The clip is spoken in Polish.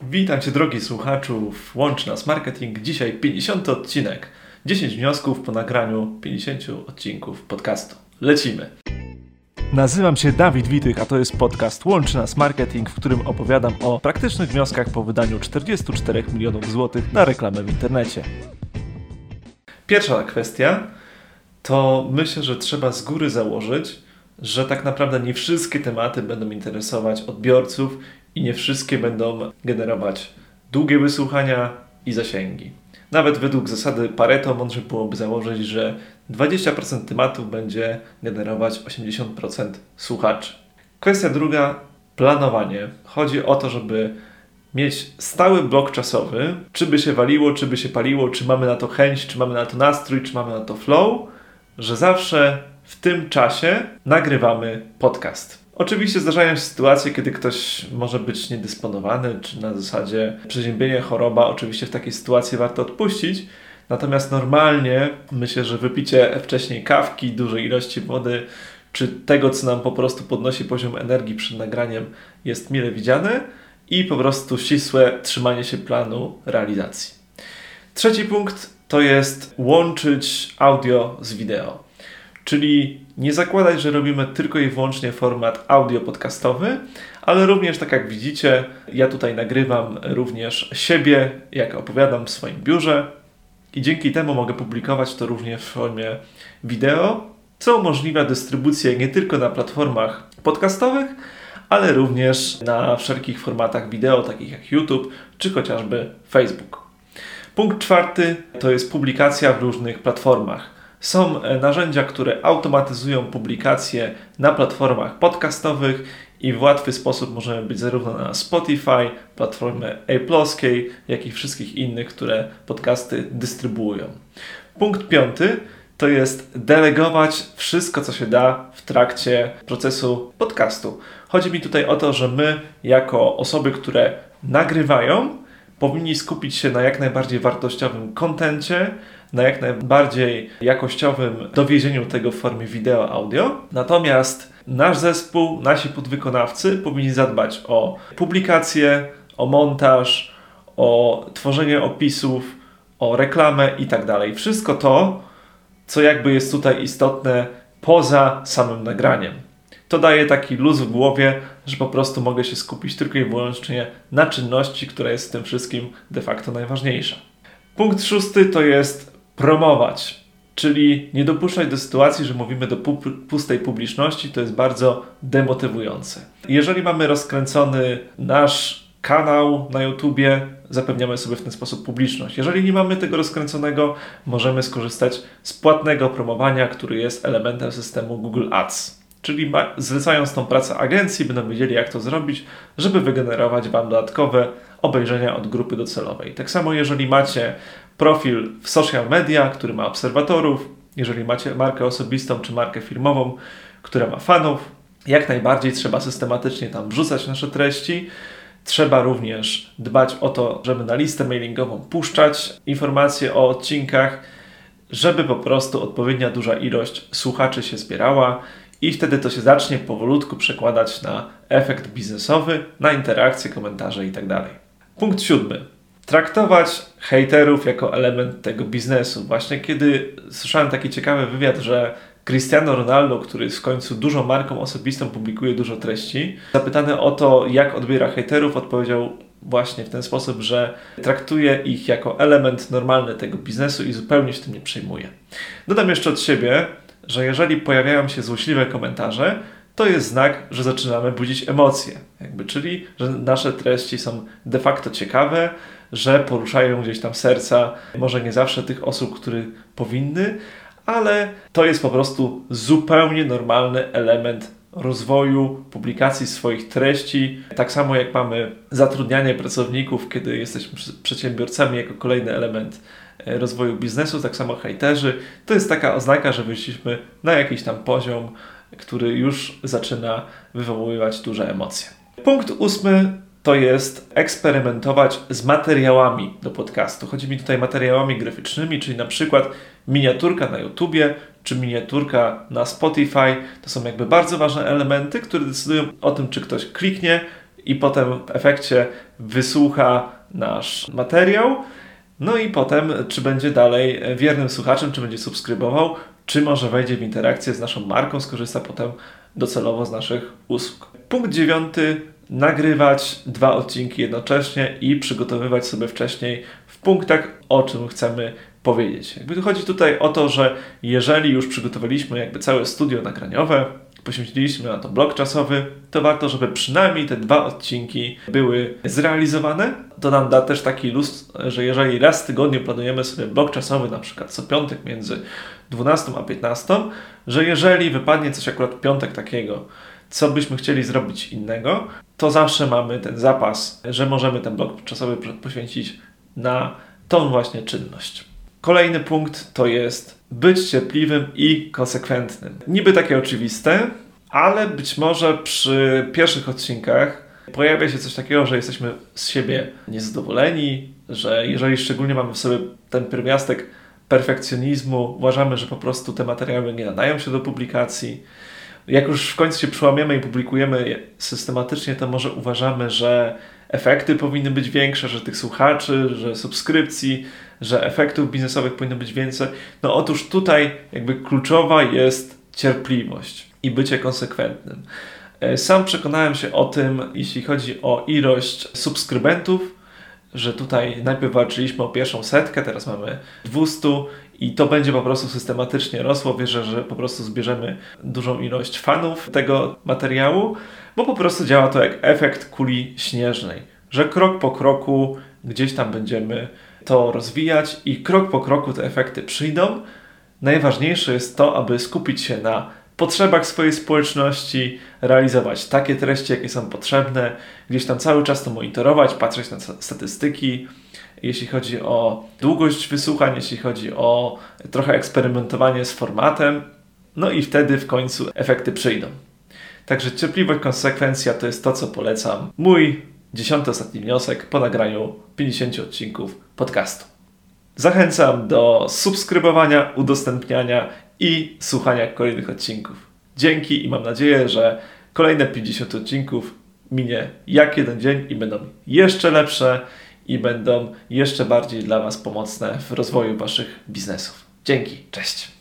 Witam Cię, drogi słuchaczu, w Łączy Nas Marketing. Dzisiaj 50. odcinek. 10 wniosków po nagraniu 50 odcinków podcastu. Lecimy! Nazywam się Dawid Witych, a to jest podcast Łączy Nas Marketing, w którym opowiadam o praktycznych wnioskach po wydaniu 44 milionów złotych na reklamę w internecie. Pierwsza kwestia to myślę, że trzeba z góry założyć, że tak naprawdę nie wszystkie tematy będą interesować odbiorców i nie wszystkie będą generować długie wysłuchania i zasięgi. Nawet według zasady Pareto mądrze byłoby założyć, że 20% tematów będzie generować 80% słuchaczy. Kwestia druga, planowanie. Chodzi o to, żeby mieć stały blok czasowy, czy by się waliło, czy by się paliło, czy mamy na to chęć, czy mamy na to nastrój, czy mamy na to flow, że zawsze w tym czasie nagrywamy podcast. Oczywiście zdarzają się sytuacje, kiedy ktoś może być niedysponowany, czy na zasadzie przeziębienie, choroba. Oczywiście w takiej sytuacji warto odpuścić. Natomiast normalnie myślę, że wypicie wcześniej kawki, dużej ilości wody, czy tego, co nam po prostu podnosi poziom energii przed nagraniem, jest mile widziane i po prostu ścisłe trzymanie się planu realizacji. Trzeci punkt to jest łączyć audio z wideo. Czyli nie zakładać, że robimy tylko i wyłącznie format audio podcastowy, ale również, tak jak widzicie, ja tutaj nagrywam również siebie, jak opowiadam w swoim biurze i dzięki temu mogę publikować to również w formie wideo, co umożliwia dystrybucję nie tylko na platformach podcastowych, ale również na wszelkich formatach wideo, takich jak YouTube czy chociażby Facebook. Punkt czwarty to jest publikacja w różnych platformach. Są narzędzia, które automatyzują publikacje na platformach podcastowych i w łatwy sposób możemy być zarówno na Spotify, platformie Apple'owskiej, jak i wszystkich innych, które podcasty dystrybuują. Punkt piąty to jest delegować wszystko, co się da w trakcie procesu podcastu. Chodzi mi tutaj o to, że my jako osoby, które nagrywają, powinni skupić się na jak najbardziej wartościowym kontencie, na jak najbardziej jakościowym dowiezieniu tego w formie wideo, audio. Natomiast nasz zespół, nasi podwykonawcy powinni zadbać o publikację, o montaż, o tworzenie opisów, o reklamę i tak dalej. Wszystko to, co jakby jest tutaj istotne poza samym nagraniem. To daje taki luz w głowie, że po prostu mogę się skupić tylko i wyłącznie na czynności, która jest w tym wszystkim de facto najważniejsza. Punkt szósty to jest promować, czyli nie dopuszczać do sytuacji, że mówimy do pustej publiczności, to jest bardzo demotywujące. Jeżeli mamy rozkręcony nasz kanał na YouTubie, zapewniamy sobie w ten sposób publiczność. Jeżeli nie mamy tego rozkręconego, możemy skorzystać z płatnego promowania, który jest elementem systemu Google Ads. Czyli zlecając tą pracę agencji, będą wiedzieli, jak to zrobić, żeby wygenerować Wam dodatkowe obejrzenia od grupy docelowej. Tak samo jeżeli macie profil w social media, który ma obserwatorów, jeżeli macie markę osobistą czy markę firmową, która ma fanów, jak najbardziej trzeba systematycznie tam wrzucać nasze treści. Trzeba również dbać o to, żeby na listę mailingową puszczać informacje o odcinkach, żeby po prostu odpowiednia duża ilość słuchaczy się zbierała i wtedy to się zacznie powolutku przekładać na efekt biznesowy, na interakcje, komentarze itd. Punkt siódmy. Traktować hejterów jako element tego biznesu. Właśnie kiedy słyszałem taki ciekawy wywiad, że Cristiano Ronaldo, który jest w końcu dużą marką osobistą, publikuje dużo treści, zapytany o to, jak odbiera hejterów, odpowiedział właśnie w ten sposób, że traktuje ich jako element normalny tego biznesu i zupełnie się tym nie przejmuje. Dodam jeszcze od siebie, że jeżeli pojawiają się złośliwe komentarze, to jest znak, że zaczynamy budzić emocje. Czyli, że nasze treści są de facto ciekawe, że poruszają gdzieś tam serca, może nie zawsze tych osób, które powinny, ale to jest po prostu zupełnie normalny element rozwoju, publikacji swoich treści. Tak samo jak mamy zatrudnianie pracowników, kiedy jesteśmy przedsiębiorcami jako kolejny element rozwoju biznesu, tak samo hejterzy. To jest taka oznaka, że wyszliśmy na jakiś tam poziom, który już zaczyna wywoływać duże emocje. Punkt ósmy to jest eksperymentować z materiałami do podcastu. Chodzi mi tutaj materiałami graficznymi, czyli na przykład miniaturka na YouTubie, czy miniaturka na Spotify. To są jakby bardzo ważne elementy, które decydują o tym, czy ktoś kliknie i potem w efekcie wysłucha nasz materiał, no i potem czy będzie dalej wiernym słuchaczem, czy będzie subskrybował, czy może wejdzie w interakcję z naszą marką, skorzysta potem docelowo z naszych usług. Punkt 9. Nagrywać 2 odcinki jednocześnie i przygotowywać sobie wcześniej w punktach, o czym chcemy powiedzieć. Chodzi tutaj o to, że jeżeli już przygotowaliśmy całe studio nagraniowe, poświęciliśmy na to blok czasowy, to warto, żeby przynajmniej te 2 odcinki były zrealizowane. To nam da też taki luz, że jeżeli raz w tygodniu planujemy sobie blok czasowy, na przykład co piątek między 12 a 15, że jeżeli wypadnie coś akurat w piątek takiego, co byśmy chcieli zrobić innego, to zawsze mamy ten zapas, że możemy ten blok czasowy poświęcić na tą właśnie czynność. Kolejny punkt to jest być cierpliwym i konsekwentnym. Niby takie oczywiste, ale być może przy pierwszych odcinkach pojawia się coś takiego, że jesteśmy z siebie niezadowoleni, że jeżeli szczególnie mamy w sobie ten pierwiastek perfekcjonizmu, uważamy, że po prostu te materiały nie nadają się do publikacji. Jak już w końcu się przełamiemy i publikujemy je systematycznie, to może uważamy, że efekty powinny być większe, że tych słuchaczy, że subskrypcji, że efektów biznesowych powinno być więcej. No otóż tutaj kluczowa jest cierpliwość i bycie konsekwentnym. Sam przekonałem się o tym, jeśli chodzi o ilość subskrybentów, że tutaj najpierw walczyliśmy o pierwszą 100, teraz mamy 200 i to będzie po prostu systematycznie rosło. Wierzę, że po prostu zbierzemy dużą ilość fanów tego materiału, bo po prostu działa to jak efekt kuli śnieżnej, że krok po kroku gdzieś tam będziemy to rozwijać i krok po kroku te efekty przyjdą. Najważniejsze jest to, aby skupić się na potrzebach swojej społeczności, realizować takie treści, jakie są potrzebne, gdzieś tam cały czas to monitorować, patrzeć na statystyki, jeśli chodzi o długość wysłuchań, jeśli chodzi o trochę eksperymentowanie z formatem, no i wtedy w końcu efekty przyjdą. Także cierpliwość, konsekwencja to jest to, co polecam. Mój 10. ostatni wniosek po nagraniu 50 odcinków podcastu. Zachęcam do subskrybowania, udostępniania i słuchania kolejnych odcinków. Dzięki i mam nadzieję, że kolejne 50 odcinków minie jak jeden dzień i będą jeszcze lepsze i będą jeszcze bardziej dla Was pomocne w rozwoju Waszych biznesów. Dzięki, cześć!